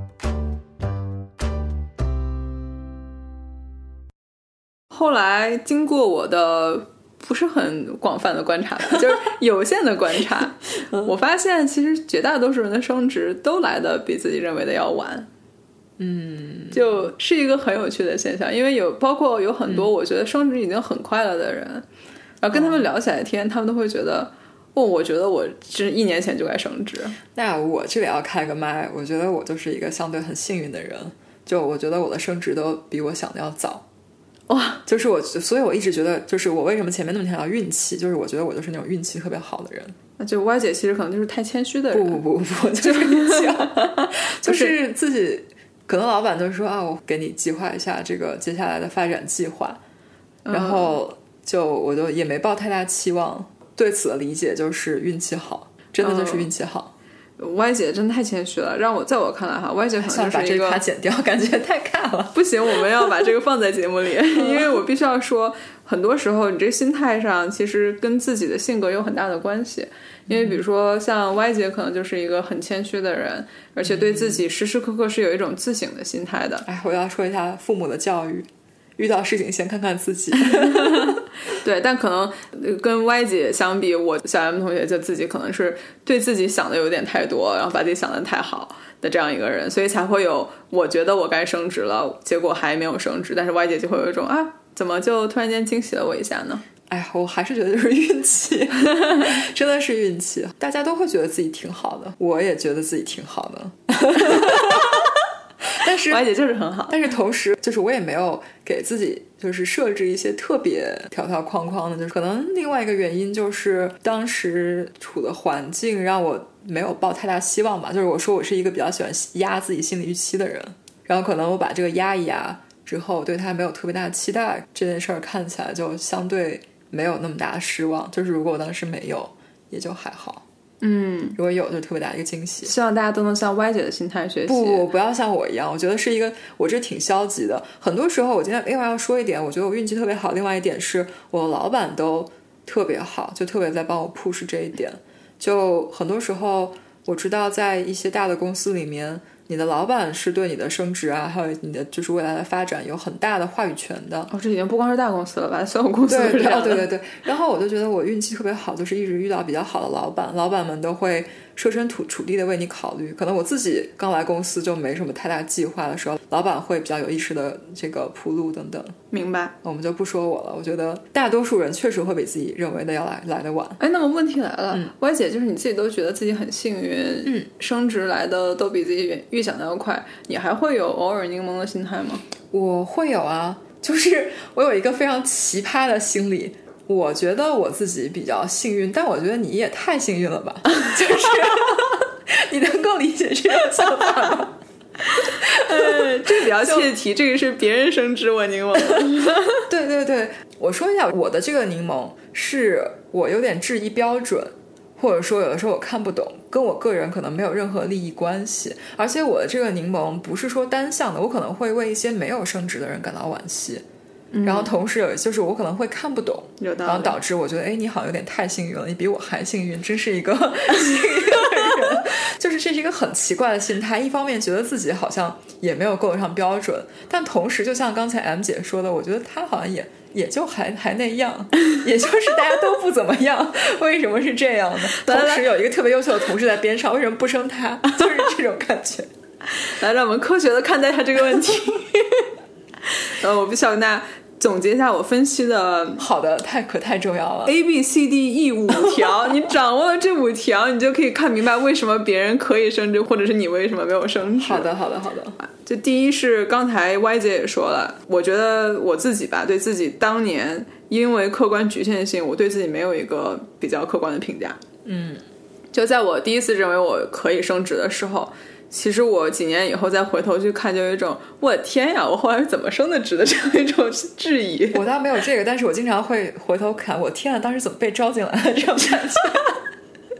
B: 后来经过我的不是很广泛的观察，就是有限的观察我发现其实绝大多数人的升职都来的比自己认为的要晚。嗯，就是一个很有趣的现象，因为有包括有很多我觉得升职已经很快乐的人、嗯、然后跟他们聊起来天、嗯、他们都会觉得哦，我觉得我是一年前就该升职。
A: 那我这里要开个麦，我觉得我就是一个相对很幸运的人，就我觉得我的升职都比我想的要早。哇，就是我，所以我一直觉得，就是我为什么前面那么强调运气，就是我觉得我就是那种运气特别好的人。
B: 那就歪姐其实可能就是太谦虚的人。
A: 不不不不，就是运气好，就是自己可能老板就说啊，我给你计划一下这个接下来的发展计划，然后就我就也没抱太大期望，对此的理解就是运气好，真的就是运气好。
B: 歪姐真太谦虚了，让我在我看来哈，歪姐可能就是一个
A: 把这个卡剪掉，感觉太尬了。
B: 不行，我们要把这个放在节目里，因为我必须要说，很多时候你这心态上其实跟自己的性格有很大的关系。因为比如说像歪姐可能就是一个很谦虚的人，而且对自己时时刻刻是有一种自省的心态的。
A: 哎，我要说一下父母的教育，遇到事情先看看自己。
B: 对，但可能跟歪姐相比，我小 M 同学就自己可能是对自己想的有点太多，然后把自己想的太好的这样一个人，所以才会有我觉得我该升职了，结果还没有升职，但是歪姐就会有一种啊，怎么就突然间惊喜了我一下呢？
A: 哎，我还是觉得就是运气。真的是运气。大家都会觉得自己挺好的，我也觉得自己挺好的。但是
B: 歪姐就是很好，
A: 但是同时就是我也没有给自己就是设置一些特别条条框框的，就是可能另外一个原因就是当时处的环境让我没有抱太大希望吧，就是我说我是一个比较喜欢压自己心理预期的人，然后可能我把这个压一压之后对他没有特别大的期待，这件事儿看起来就相对没有那么大的失望，就是如果我当时没有也就还好。嗯，如果有就特别大的一个惊喜。
B: 希望大家都能像歪姐的心态学习。
A: 不，不要像我一样，我觉得是一个，我这挺消极的。很多时候我今天另外要说一点，我觉得我运气特别好，另外一点是我的老板都特别好，就特别在帮我 push 这一点。就很多时候我知道在一些大的公司里面，你的老板是对你的升职啊还有你的就是未来的发展有很大的话语权的。
B: 哦，这已经不光是大公司了吧，所有公司都是这样的。
A: 对对对对。然后我就觉得我运气特别好，就是一直遇到比较好的老板，老板们都会设身处处地的为你考虑。可能我自己刚来公司就没什么太大计划的时候，老板会比较有意识的这个铺路等等。
B: 明白。
A: 我们就不说我了，我觉得大多数人确实会比自己认为的要来来的晚。
B: 哎，那么问题来了，嗯、歪姐，就是你自己都觉得自己很幸运，嗯，升职来的都比自己预想的要快，你还会有偶尔柠檬的心态吗？
A: 我会有啊，就是我有一个非常奇葩的心理，我觉得我自己比较幸运，但我觉得你也太幸运了吧。就是你能够理解这种想法吗？
B: 呃，这个比较切题，这个是别人升职我柠檬。
A: 对对对，我说一下我的这个柠檬是我有点质疑标准，或者说有的时候我看不懂，跟我个人可能没有任何利益关系，而且我的这个柠檬不是说单向的，我可能会为一些没有升职的人感到惋惜，嗯、然后同时有就是我可能会看不懂，然后导致我觉得哎，你好像有点太幸运了，你比我还幸运，真是一个幸运的人。就是这是一个很奇怪的心态，一方面觉得自己好像也没有够得上标准，但同时就像刚才 M 姐说的，我觉得她好像也也就还还那样，也就是大家都不怎么样。为什么是这样呢？同时有一个特别优秀的同事在边上，为什么不升他？就是这种感觉。
B: 来，让我们科学的看待一下这个问题。呃，我必须要跟大家总结一下我分析的。
A: 好的，太可太重要了。
B: A B C D E 五条，你掌握了这五条，你就可以看明白为什么别人可以升职，或者是你为什么没有升职。
A: 好的好的好的。
B: 就第一是刚才歪姐也说了，我觉得我自己吧，对自己当年因为客观局限性，我对自己没有一个比较客观的评价。嗯，就在我第一次认为我可以升职的时候，其实我几年以后再回头去看，就有一种我的天呀，我后来是怎么升的职的这样一种质疑。
A: 我倒没有这个，但是我经常会回头看，我天啊，当时怎么被招进来的这种感觉。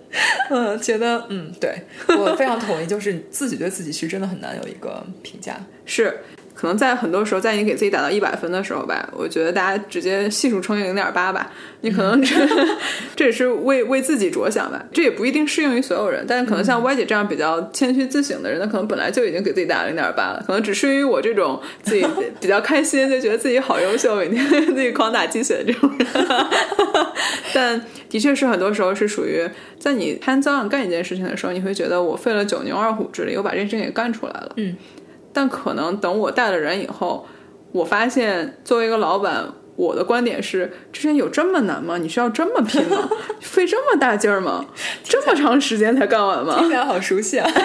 A: 嗯，觉得嗯，对，我非常同意，就是自己对自己其实真的很难有一个评价。
B: 是，可能在很多时候，在你给自己打到一百分的时候吧，我觉得大家直接系数乘以零点八吧，你可能这、嗯、这也是为为自己着想吧，这也不一定适用于所有人，但是可能像歪姐这样比较谦虚自省的人，那可能本来就已经给自己打了零点八了，可能只适用于我这种自己比较开心，就觉得自己好优秀，每天自己狂打鸡血的这种人。但的确是很多时候是属于在你hands on干一件事情的时候，你会觉得我费了九牛二虎之力，我把这件事情给干出来了。
A: 嗯，
B: 但可能等我带了人以后，我发现作为一个老板，我的观点是，这件有这么难吗？你需要这么拼吗？费这么大劲儿吗？这么长时间才干完吗？
A: 听起来好熟悉啊。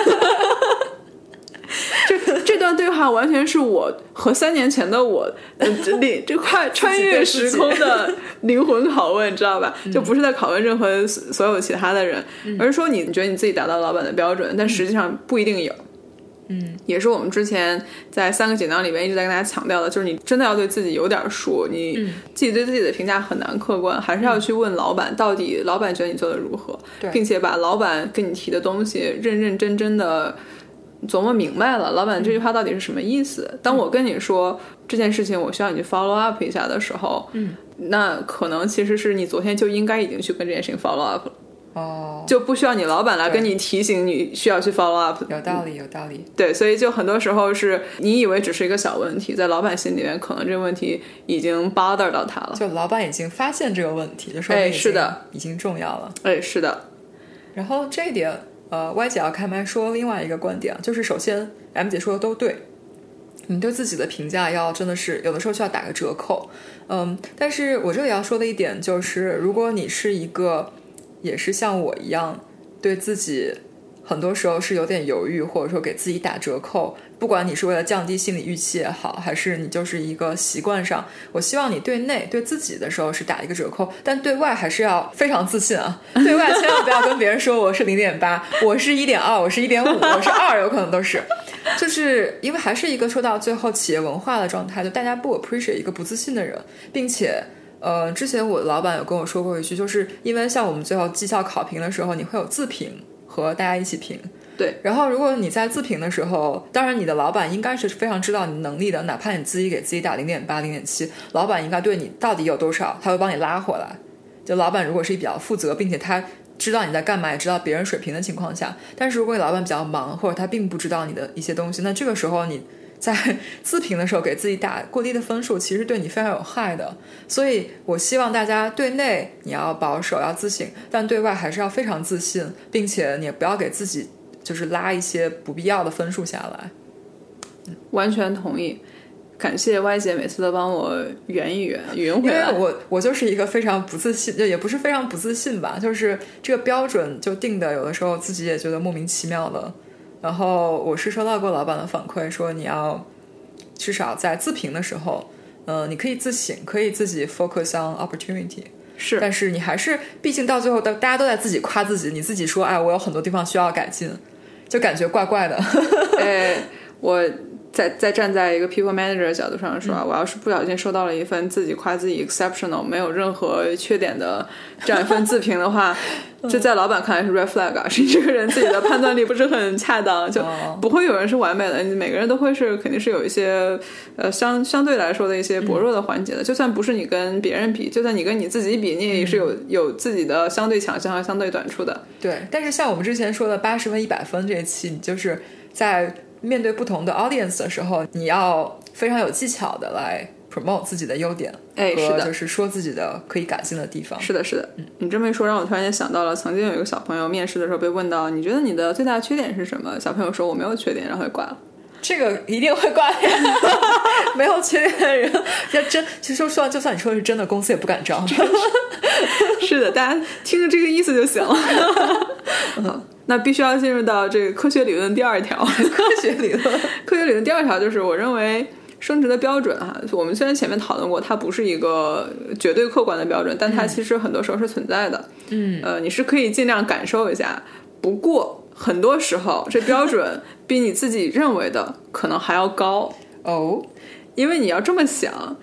B: 这这段对话完全是我和三年前的我，呃，这里这块穿越时空的灵魂拷问，你知道吧？就不是在拷问任何所有其他的人，嗯、而是说你觉得你自己达到老板的标准，但实际上不一定有。
A: 嗯，
B: 也是我们之前在三个锦囊里面一直在跟大家强调的，就是你真的要对自己有点数，你自己对自己的评价很难客观，还是要去问老板，到底老板觉得你做的如何，并且把老板跟你提的东西认认真真的琢磨明白了，老板这句话到底是什么意思。当我跟你说这件事情我需要你去 follow up 一下的时候，
A: 嗯，
B: 那可能其实是你昨天就应该已经去跟这件事情 follow up 了。
A: 哦，
B: 就不需要你老板来跟你提醒你需要去 follow up。
A: 有道理有道理。
B: 对，所以就很多时候是你以为只是一个小问题，在老板心里面可能这个问题已经 bother 到他了，
A: 就老板已经发现这个问题，就说
B: 明是的
A: 已经重要了。
B: 哎，是的。
A: 然后这一点呃 Y 姐要开麦说另外一个观点，就是首先 M 姐说的都对，你对自己的评价要真的是有的时候需要打个折扣。嗯，但是我这里要说的一点就是，如果你是一个也是像我一样对自己很多时候是有点犹豫，或者说给自己打折扣，不管你是为了降低心理预期也好，还是你就是一个习惯上，我希望你对内对自己的时候是打一个折扣，但对外还是要非常自信啊。对外千万不要跟别人说我是 零点八 我是 一点二 我是 一点五 我是二，有可能都是，就是因为还是一个说到最后企业文化的状态，就大家不 appreciate 一个不自信的人，并且呃，之前我的老板有跟我说过一句，就是因为像我们最后绩效考评的时候，你会有自评和大家一起评。
B: 对，
A: 然后如果你在自评的时候，当然你的老板应该是非常知道你能力的，哪怕你自己给自己打 零点八 零点七， 老板应该对你到底有多少他会帮你拉回来。就老板如果是比较负责，并且他知道你在干嘛，也知道别人水平的情况下，但是如果你老板比较忙，或者他并不知道你的一些东西，那这个时候你在自评的时候给自己打过低的分数，其实对你非常有害的。所以我希望大家对内你要保守要自省，但对外还是要非常自信，并且你也不要给自己就是拉一些不必要的分数下来。
B: 完全同意，感谢 Y 姐每次都帮我圆一圆匀回来。
A: 因为我我就是一个非常不自信，就也不是非常不自信吧，就是这个标准就定的有的时候自己也觉得莫名其妙的。然后我是收到过老板的反馈，说你要至少在自评的时候，呃，你可以自省，可以自己 focus on opportunity，
B: 是，
A: 但是你还是毕竟到最后大家都在自己夸自己，你自己说哎我有很多地方需要改进，就感觉怪怪的。
B: 哎，我在在站在一个 people manager 的角度上说、嗯、我要是不小心收到了一份自己夸自己 exceptional 没有任何缺点的这样一份自评的话这在老板看来是 red flag 啊，是你这个人自己的判断力不是很恰当，就不会有人是完美的，你每个人都会是肯定是有一些呃相相对来说的一些薄弱的环节的、嗯、就算不是你跟别人比，就算你跟你自己比，你也是有、嗯、有自己的相对强项和相对短处的。
A: 对，但是像我们之前说的八十分一百分这一期，你就是在面对不同的 audience 的时候，你要非常有技巧的来 promote 自己的优点，
B: 哎，是的，
A: 和就是说自己的可以改进的地方。
B: 是的，是的，嗯，你这么一说，让我突然间想到了，曾经有一个小朋友面试的时候被问到，你觉得你的最大的缺点是什么？小朋友说我没有缺点，然后就挂了。
A: 这个一定会挂呀，没有缺点的人，要真其实说就算你说的是真的，公司也不敢招。
B: 是的，大家听着这个意思就行了。好，那必须要进入到这个科学理论第二条。
A: 科学理论，
B: 科学理论第二条就是我认为升职的标准哈，我们虽然前面讨论过，它不是一个绝对客观的标准，但它其实很多时候是存在的。嗯，呃，你是可以尽量感受一下，不过很多时候这标准比你自己认为的可能还要高哦，因为你要这么想。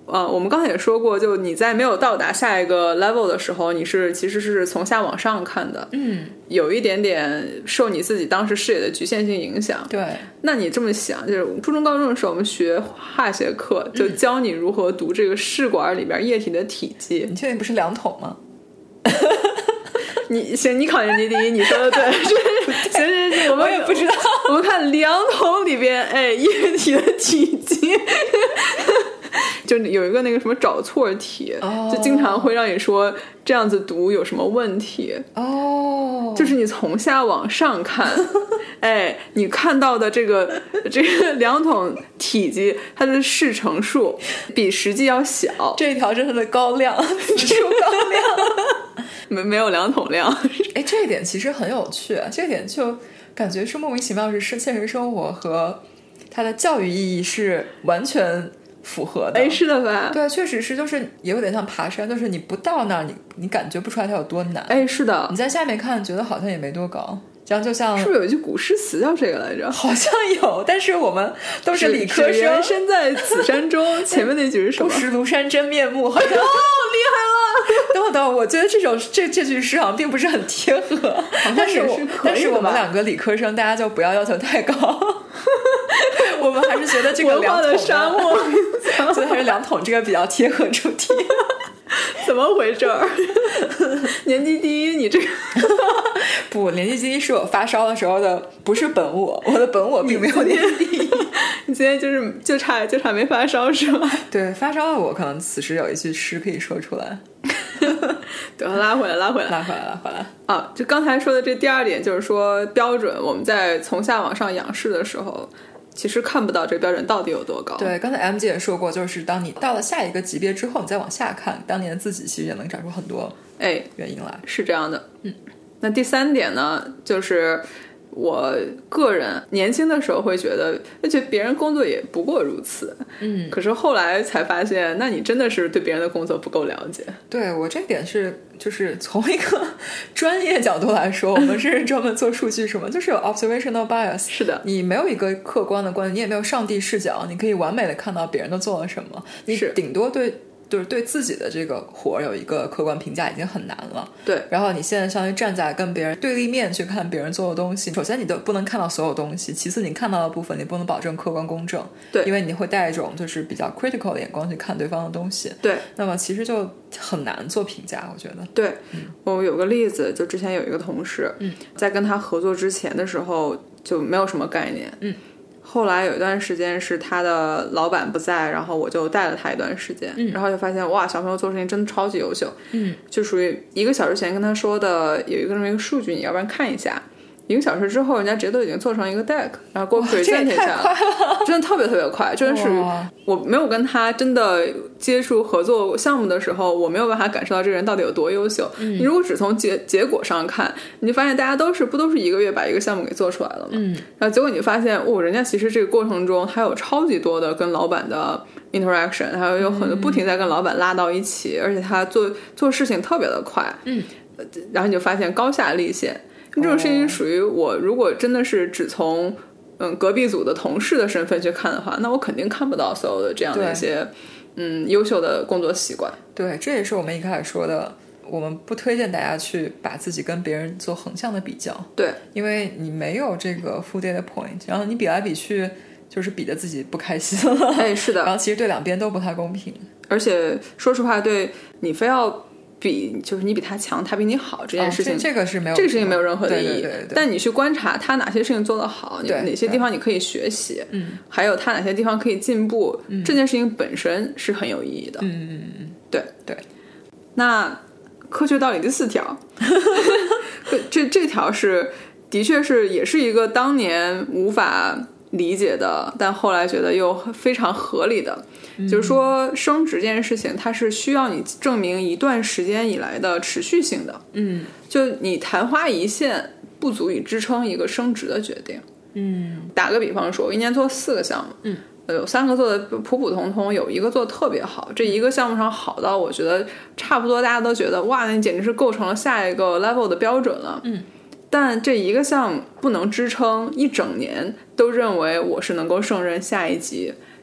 B: 呃，我们刚才也说过，就你在没有到达下一个 level 的时候，你是其实是从下往上看的，
A: 嗯，
B: 有一点点受你自己当时视野的局限性影响。
A: 对，
B: 那你这么想，就是初中高中的时候我们学化学课就教你如何读这个试管里边液体的体积。
A: 你确定不是两桶吗？
B: 你行，你考年级第一，你说的对。行行行，我们
A: 也不知道。
B: 我们看两桶里边，哎，液体的体积，就有一个那个什么找错题，哦、就经常会让你说这样子读有什么问题
A: 哦，
B: 就是你从下往上看，哎，你看到的这个这个两桶体积，它的视乘数比实际要小，
A: 这一条是它的高量，指数高量。
B: 没没有两桶量。
A: 哎，这一点其实很有趣，这一点就感觉是莫名其妙，是现实生活和它的教育意义是完全符合的。
B: 哎，是的吧？
A: 对，确实是，就是也有点像爬山，就是你不到那儿，你你感觉不出来它有多难。
B: 哎，是的，
A: 你在下面看，觉得好像也没多高。这样就像
B: 是不是有一句古诗词叫这个来着？
A: 好像有，但是我们都是理科生。
B: 身在此山中，前面那句是什么？
A: 不识庐山真面目。好像哦，厉害了！等会等会，我觉得这首这这句诗好像并不是很贴合，但是我但是我们两个理科生，大家就不要要求太高。我们还是觉得这个两桶
B: 的沙漠，
A: 所以还是两桶这个比较贴合主题。
B: 怎么回事儿？年级第一，你这个
A: 不，年级第一是我发烧的时候的，不是本我，我的本我并没有年级第一。
B: 你今天就是就差就差没发烧是吗？
A: 对，发烧的我可能此时有一句诗可以说出来。
B: 对，拉回来，拉回来，
A: 拉回来，拉回来。
B: 啊，就刚才说的这第二点，就是说标准，我们在从下往上仰视的时候。其实看不到这个标准到底有多高。
A: 对，刚才 M 姐也说过，就是当你到了下一个级别之后，你再往下看，当年的自己其实也能找出很多哎原因来。
B: 哎、是这样的。嗯，那第三点呢，就是我个人年轻的时候会觉得，而且别人工作也不过如此。
A: 嗯，
B: 可是后来才发现，那你真的是对别人的工作不够了解。
A: 对，我这点是就是从一个专业角度来说，我们是专门做数据什么，就是有 observational bias。
B: 是的，
A: 你没有一个客观的观点，你也没有上帝视角，你可以完美的看到别人都做了什么，你顶多对。就是对自己的这个活有一个客观评价已经很难了。
B: 对，
A: 然后你现在相当于站在跟别人对立面去看别人做的东西，首先你都不能看到所有东西，其次你看到的部分你不能保证客观公正。
B: 对，
A: 因为你会带一种就是比较 critical 的眼光去看对方的东西。
B: 对，
A: 那么其实就很难做评价，我觉得。
B: 对、嗯、我有个例子，就之前有一个同事、嗯、在跟他合作之前的时候就没有什么概念。
A: 嗯，
B: 后来有一段时间是他的老板不在，然后我就带了他一段时间、嗯、然后就发现哇，小朋友做事情真的超级优秀。
A: 嗯，
B: 就属于一个小时前跟他说的有一个这么一个数据，你要不然看一下，一个小时之后人家直接都已经做成一个 deck， 然后给我 present 一下，真的特别特别快，真的是我没有跟他真的接触合作项目的时候，我没有办法感受到这个人到底有多优秀、嗯、你如果只从结结果上看，你就发现大家都是不都是一个月把一个项目给做出来了吗？
A: 嗯，
B: 然后结果你发现哦，人家其实这个过程中还有超级多的跟老板的 interaction， 还有有很多不停在跟老板拉到一起、嗯、而且他做做事情特别的快。
A: 嗯，
B: 然后你就发现高下立现，这种事情属于我如果真的是只从嗯隔壁组的同事的身份去看的话，那我肯定看不到所有的这样的一些嗯优秀的工作习惯。
A: 对，这也是我们一开始说的，我们不推荐大家去把自己跟别人做横向的比较。
B: 对，
A: 因为你没有这个 full data point， 然后你比来比去就是比得自己不开心了。
B: 哎，是的，
A: 然后其实对两边都不太公平。
B: 而且说实话，对你非要比就是你比他强，他比你好这件事情、
A: 哦、这, 这个是没有
B: 这个事情没有任何的意义。
A: 对对对对对，
B: 但你去观察他哪些事情做得好，你哪些地方你可以学习，
A: 嗯，
B: 还有他哪些地方可以进步、嗯、这件事情本身是很有意义的。
A: 嗯嗯嗯，
B: 对
A: 对。
B: 那科学道理第四条这这条是的确是也是一个当年无法理解的，但后来觉得又非常合理的、嗯、就是说升职这件事情它是需要你证明一段时间以来的持续性的。
A: 嗯，
B: 就你昙花一现不足以支撑一个升职的决定。
A: 嗯，
B: 打个比方说我一年做四个项目，
A: 嗯，
B: 有三个做的普普通通，有一个做的特别好，这一个项目上好到我觉得差不多大家都觉得哇，那简直是构成了下一个 level 的标准了。
A: 嗯，
B: 但这一个项目不能支撑一整年都认为我是能够胜任下一级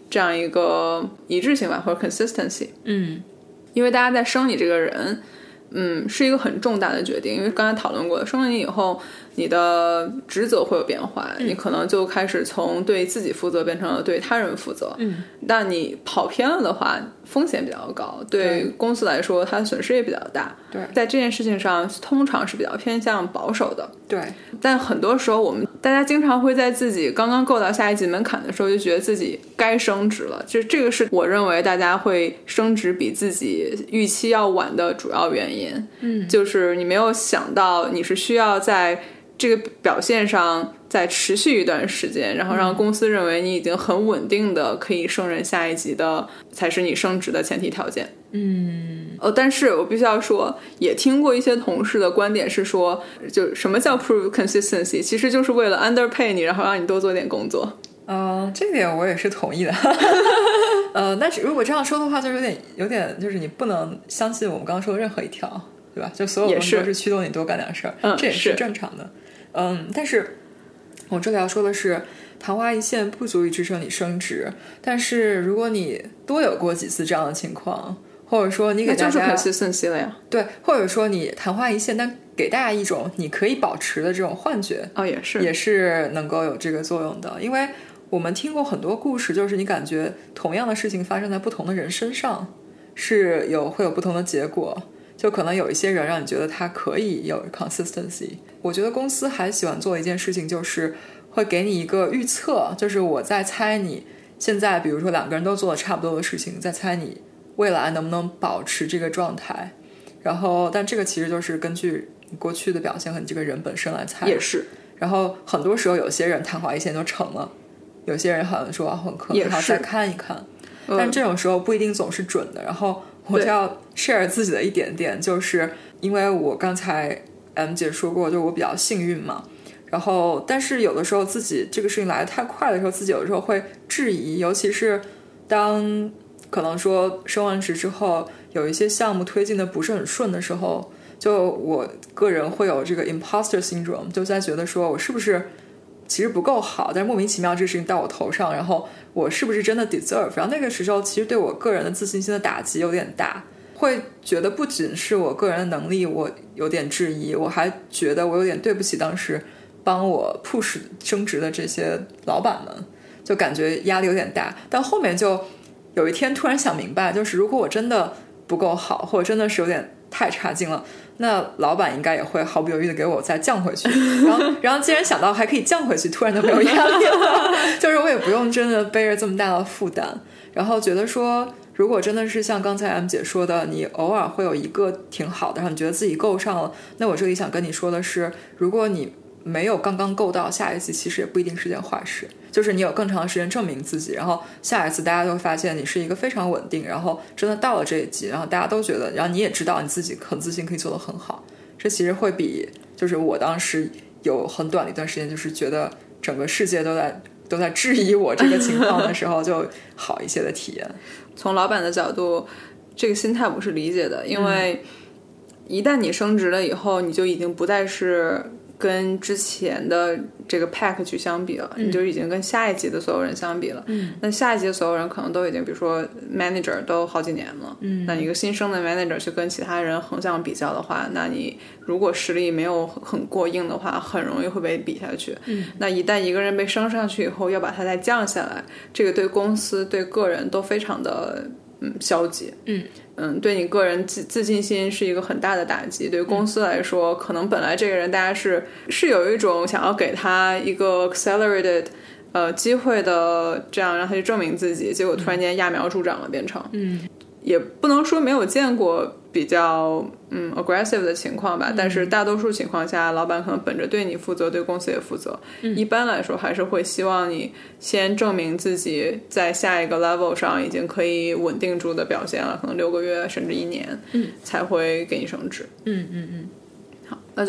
B: 这样一个一致性吧，或者 consistency。
A: 嗯，
B: 因为大家在升你这个人，嗯，是一个很重大的决定。因为刚才讨论过，升了你以后，你的职责会有变化，嗯、你可能就开始从对自己负责变成了对他人负责。
A: 嗯，
B: 但你跑偏了的话，风险比较高，对公司来说，它的损失也比较大。
A: 对，
B: 在这件事情上，通常是比较偏向保守的。
A: 对，
B: 但很多时候，我们大家经常会在自己刚刚够到下一级门槛的时候，就觉得自己该升职了。就这个是我认为大家会升职比自己预期要晚的主要原因。
A: 嗯，
B: 就是你没有想到你是需要在这个表现上再持续一段时间，然后让公司认为你已经很稳定的可以胜任下一级的，才是你升职的前提条件。
A: 嗯，
B: 哦，但是我必须要说，也听过一些同事的观点是说，就什么叫 prove consistency， 其实就是为了 underpay 你，然后让你多做点工作。
A: 呃，这点我也是同意的。呃，但是如果这样说的话，就有点有点就是你不能相信我们刚刚说的任何一条，对吧？就所有东西都是驱动你多干点事儿，
B: 嗯，
A: 这也是正常的。嗯，但是我这里要说的是，昙花一现不足以支撑你升职，但是如果你多有过几次这样的情况，或者说你给大家，
B: 那就是 consistency 了呀。
A: 对，或者说你昙花一现，但给大家一种你可以保持的这种幻觉，
B: 哦，也是，
A: 也是能够有这个作用的。因为我们听过很多故事，就是你感觉同样的事情发生在不同的人身上，是有会有不同的结果。就可能有一些人让你觉得他可以有 consistency。我觉得公司还喜欢做一件事情，就是会给你一个预测，就是我在猜你现在，比如说两个人都做了差不多的事情，在猜你未来能不能保持这个状态。然后，但这个其实就是根据你过去的表现和你这个人本身来猜。
B: 也是。
A: 然后很多时候，有些人昙花一现就成了，有些人好像说很可能要再看一看，但这种时候不一定总是准的。然后我就要 share 自己的一点点，就是因为我刚才 M 姐说过，就我比较幸运嘛。然后，但是有的时候自己这个事情来得太快的时候，自己有的时候会质疑，尤其是当可能说升完职之后，有一些项目推进的不是很顺的时候，就我个人会有这个 imposter syndrome， 就在觉得说我是不是其实不够好，但是莫名其妙这个事情到我头上，然后我是不是真的 deserve。 然后那个时候其实对我个人的自信心的打击有点大，会觉得不仅是我个人的能力我有点质疑，我还觉得我有点对不起当时帮我 push 升职的这些老板们，就感觉压力有点大。但后面就有一天突然想明白，就是如果我真的不够好，或者真的是有点太差劲了，那老板应该也会毫不犹豫的给我再降回去。然后然后既然想到还可以降回去，突然就没有压力了，就是我也不用真的背着这么大的负担。然后觉得说如果真的是像刚才 M 姐说的，你偶尔会有一个挺好的，然后你觉得自己够上了，那我这里想跟你说的是，如果你没有刚刚够到下一级，其实也不一定是件坏事，就是你有更长的时间证明自己，然后下一次大家都会发现你是一个非常稳定，然后真的到了这一级，然后大家都觉得，然后你也知道你自己很自信可以做得很好，这其实会比就是我当时有很短的一段时间就是觉得整个世界都在都在质疑我这个情况的时候就好一些的体验。
B: 从老板的角度，这个心态我是理解的，因为一旦你升职了以后，你就已经不再是跟之前的这个 pack 去相比了、嗯、你就已经跟下一级的所有人相比了。嗯，那下一级的所有人可能都已经比如说 manager 都好几年了。嗯，那一个新生的 manager 去跟其他人横向比较的话，那你如果实力没有很过硬的话，很容易会被比下去。嗯，那一旦一个人被升上去以后，要把他再降下来，这个对公司对个人都非常的嗯消极。嗯嗯，对你个人自自信心是一个很大的打击。对公司来说、嗯、可能本来这个人大家是是有一种想要给他一个 accelerated 呃机会的，这样让他去证明自己，结果突然间揠苗助长了，变成嗯，也不能说没有见过比较嗯 aggressive 的情况吧、嗯、但是大多数情况下老板可能本着对你负责对公司也负责、嗯、一般来说还是会希望你先证明自己在下一个 level 上已经可以稳定住的表现了，可能六个月甚至一年、嗯、才会给你升职。
A: 嗯嗯嗯，
B: 好，那就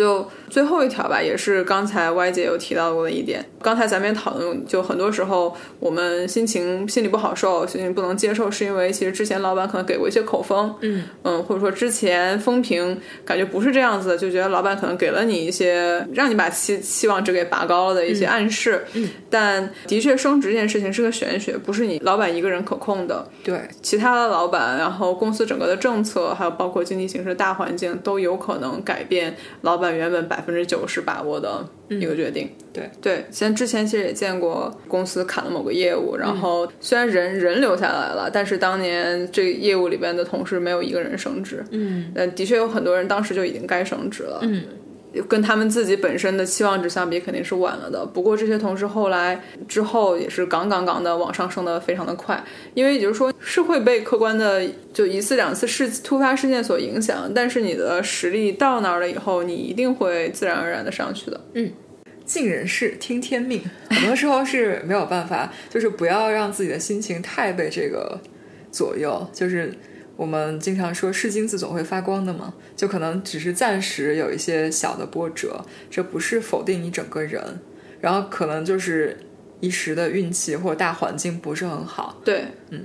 B: 最后一条吧，也是刚才 Y 姐有提到过的一点，刚才咱们也讨论，就很多时候我们心情心里不好受，心情不能接受，是因为其实之前老板可能给过一些口风，
A: 嗯
B: 嗯，或者说之前风评感觉不是这样子的，就觉得老板可能给了你一些让你把期期望值给拔高了的一些暗示，
A: 嗯嗯，
B: 但的确升职这件事情是个玄学，不是你老板一个人可控的，
A: 对，
B: 其他的老板，然后公司整个的政策，还有包括经济形势大环境都有可能改变老板原本百分之九十把握的一个决定。
A: 嗯、对
B: 对，像之前其实也见过公司砍了某个业务，然后虽然人、嗯、人留下来了，但是当年这业务里边的同事没有一个人升职。
A: 嗯，
B: 但的确有很多人当时就已经该升职了。
A: 嗯。
B: 跟他们自己本身的期望值相比肯定是晚了的，不过这些同事后来之后也是杠杠杠的往上升的非常的快，因为也就是说是会被客观的就一次两次事突发事件所影响，但是你的实力到那儿了以后，你一定会自然而然的上去的。
A: 嗯，尽人事听天命，很多时候是没有办法，就是不要让自己的心情太被这个左右，就是我们经常说是金子总会发光的嘛，就可能只是暂时有一些小的波折，这不是否定你整个人，然后可能就是一时的运气或者大环境不是很好。
B: 对，
A: 嗯。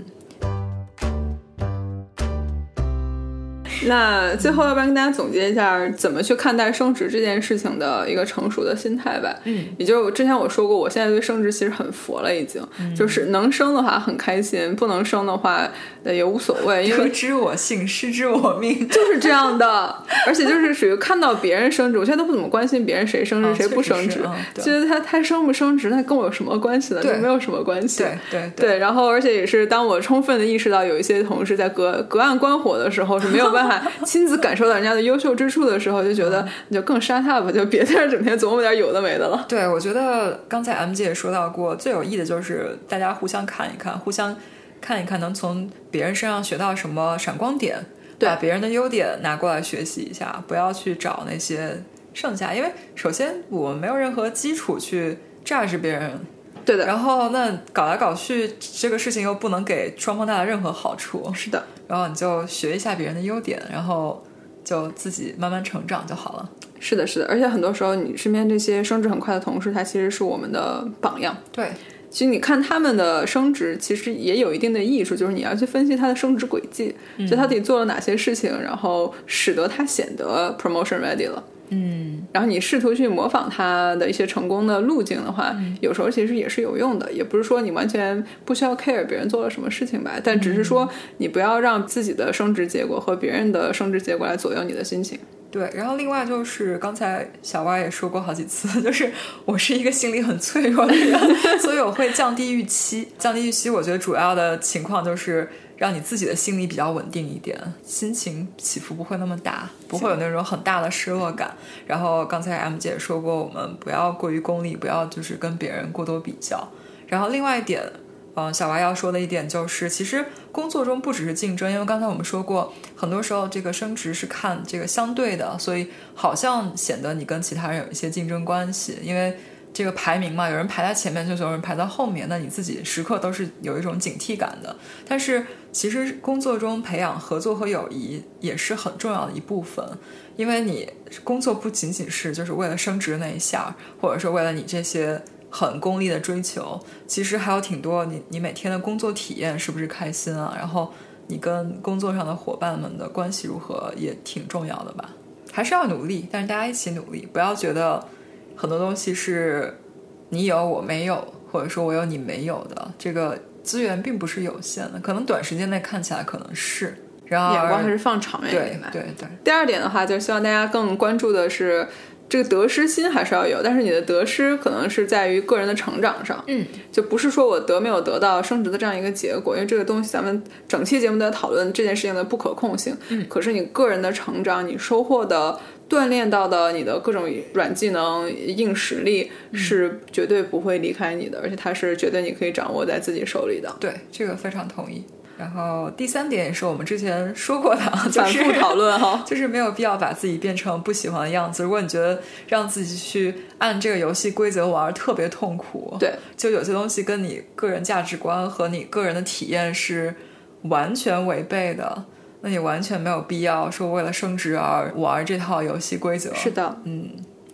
B: 那最后要不然跟大家总结一下怎么去看待升职这件事情的一个成熟的心态吧。
A: 嗯，
B: 也就是之前我说过，我现在对升职其实很佛了已经、嗯、就是能升的话很开心，不能升的话也无所谓，因为
A: 得知我幸失之我命
B: 就是这样的。而且就是属于看到别人升职，我现在都不怎么关心别人谁升职、哦、谁不升职、哦、觉得他他升不升职那跟我有什么关系呢？就没有什么关系。
A: 对对
B: 对, 对然后而且也是当我充分的意识到有一些同事在隔隔岸观火的时候是没有办法亲自感受到人家的优秀之处的时候，就觉得你就更 shut up， 就别在这整天琢磨点有的没的了。
A: 对，我觉得刚才 M 姐也说到过，最有益的就是大家互相看一看，互相看一看能从别人身上学到什么闪光点，把别人的优点拿过来学习一下，不要去找那些剩下，因为首先我们没有任何基础去 judge 别人。
B: 对的，
A: 然后那搞来搞去这个事情又不能给双方带来任何好处，
B: 是的，
A: 然后你就学一下别人的优点，然后就自己慢慢成长就好了。
B: 是的是的，而且很多时候你身边这些升职很快的同事他其实是我们的榜样。
A: 对，
B: 其实你看他们的升职其实也有一定的艺术，就是你要去分析他的升职轨迹、嗯、就他自己做了哪些事情，然后使得他显得 promotion ready 了。
A: 嗯，
B: 然后你试图去模仿他的一些成功的路径的话、嗯、有时候其实也是有用的，也不是说你完全不需要 care 别人做了什么事情吧，但只是说你不要让自己的升职结果和别人的升职结果来左右你的心情。
A: 对，然后另外就是刚才小蛙也说过好几次，就是我是一个心理很脆弱的人所以我会降低预期。降低预期我觉得主要的情况就是让你自己的心理比较稳定一点，心情起伏不会那么大，不会有那种很大的失落感。然后刚才 M 姐说过，我们不要过于功利，不要就是跟别人过多比较。然后另外一点嗯，小娃要说的一点就是，其实工作中不只是竞争，因为刚才我们说过，很多时候这个升职是看这个相对的，所以好像显得你跟其他人有一些竞争关系，因为这个排名嘛，有人排在前面，就是有人排在后面，那你自己时刻都是有一种警惕感的。但是其实工作中培养合作和友谊也是很重要的一部分，因为你工作不仅仅是就是为了升职那一下，或者说为了你这些很功利的追求，其实还有挺多你你每天的工作体验是不是开心啊，然后你跟工作上的伙伴们的关系如何也挺重要的吧。还是要努力，但是大家一起努力，不要觉得很多东西是你有我没有，或者说我有你没有的，这个资源并不是有限的，可能短时间内看起来可能是，然后
B: 眼光还是放长远一点。
A: 对对对。
B: 第二点的话，就是希望大家更关注的是这个得失心还是要有，但是你的得失可能是在于个人的成长上，
A: 嗯，
B: 就不是说我得没有得到升职的这样一个结果，因为这个东西咱们整期节目在讨论这件事情的不可控性，
A: 嗯，
B: 可是你个人的成长，你收获的锻炼到的你的各种软技能硬实力是绝对不会离开你的，而且它是绝对你可以掌握在自己手里的。
A: 对，这个非常同意。然后第三点也是我们之前说过的，就是、
B: 反复讨论哈，
A: 就是没有必要把自己变成不喜欢的样子。如果你觉得让自己去按这个游戏规则玩特别痛苦，
B: 对，
A: 就有些东西跟你个人价值观和你个人的体验是完全违背的，那你完全没有必要说为了升职而玩这套游戏规则。
B: 是的，
A: 嗯。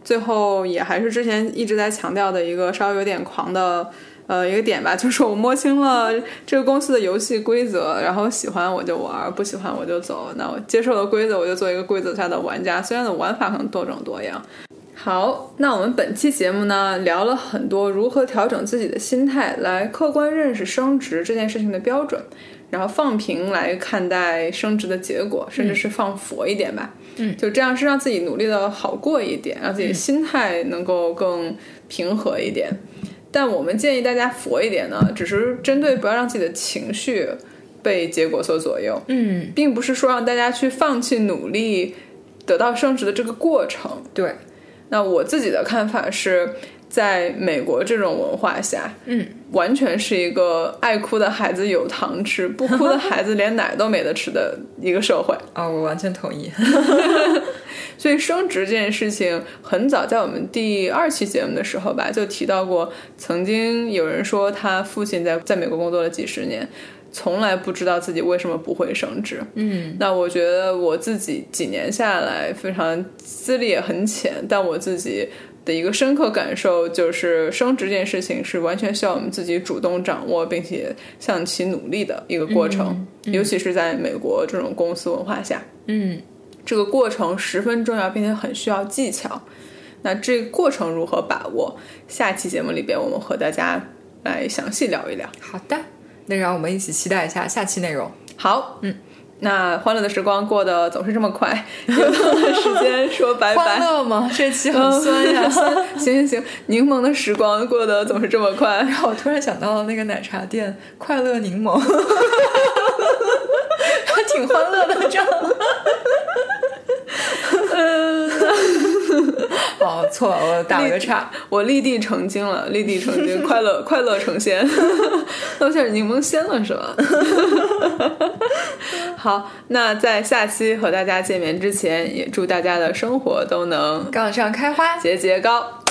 B: 最后也还是之前一直在强调的一个稍微有点狂的呃一个点吧，就是我摸清了这个公司的游戏规则，然后喜欢我就玩，不喜欢我就走。那我接受了规则，我就做一个规则下的玩家，虽然的玩法可能多种多样。好，那我们本期节目呢，聊了很多如何调整自己的心态来客观认识升职这件事情的标准，然后放平来看待升职的结果，甚至是放佛一点吧。
A: 嗯，
B: 就这样是让自己努力的好过一点，让自己的心态能够更平和一点。但我们建议大家佛一点呢，只是针对不要让自己的情绪被结果所左右。
A: 嗯，
B: 并不是说让大家去放弃努力得到升职的这个过程。
A: 对，
B: 那我自己的看法是，在美国这种文化下，
A: 嗯，
B: 完全是一个爱哭的孩子有糖吃，不哭的孩子连奶都没得吃的一个社会。
A: 啊、哦，我完全同意。
B: 所以升职这件事情，很早在我们第二期节目的时候吧，就提到过，曾经有人说他父亲在在美国工作了几十年，从来不知道自己为什么不会升职。
A: 嗯，
B: 那我觉得我自己几年下来，非常资历也很浅，但我自己的一个深刻感受就是升职这件事情是完全需要我们自己主动掌握并且向其努力的一个过程、嗯嗯、尤其是在美国这种公司文化下，
A: 嗯，
B: 这个过程十分重要并且很需要技巧。那这个过程如何把握，下期节目里边我们和大家来详细聊一聊。
A: 好的，那让我们一起期待一下下期内容。
B: 好，嗯，那欢乐的时光过得总是这么快，有的时间说拜拜。
A: 欢乐吗？这期很酸呀。
B: 行行行，柠檬的时光过得总是这么快。
A: 然后我突然想到了那个奶茶店快乐柠檬，还挺欢乐的这样。嗯，哦，错了，我打了个岔，
B: 我立地成精了，立地成精，快乐快乐成仙，都像柠檬仙了是吧？好，那在下期和大家见面之前，也祝大家的生活都能
A: 杠上开花，
B: 节节高。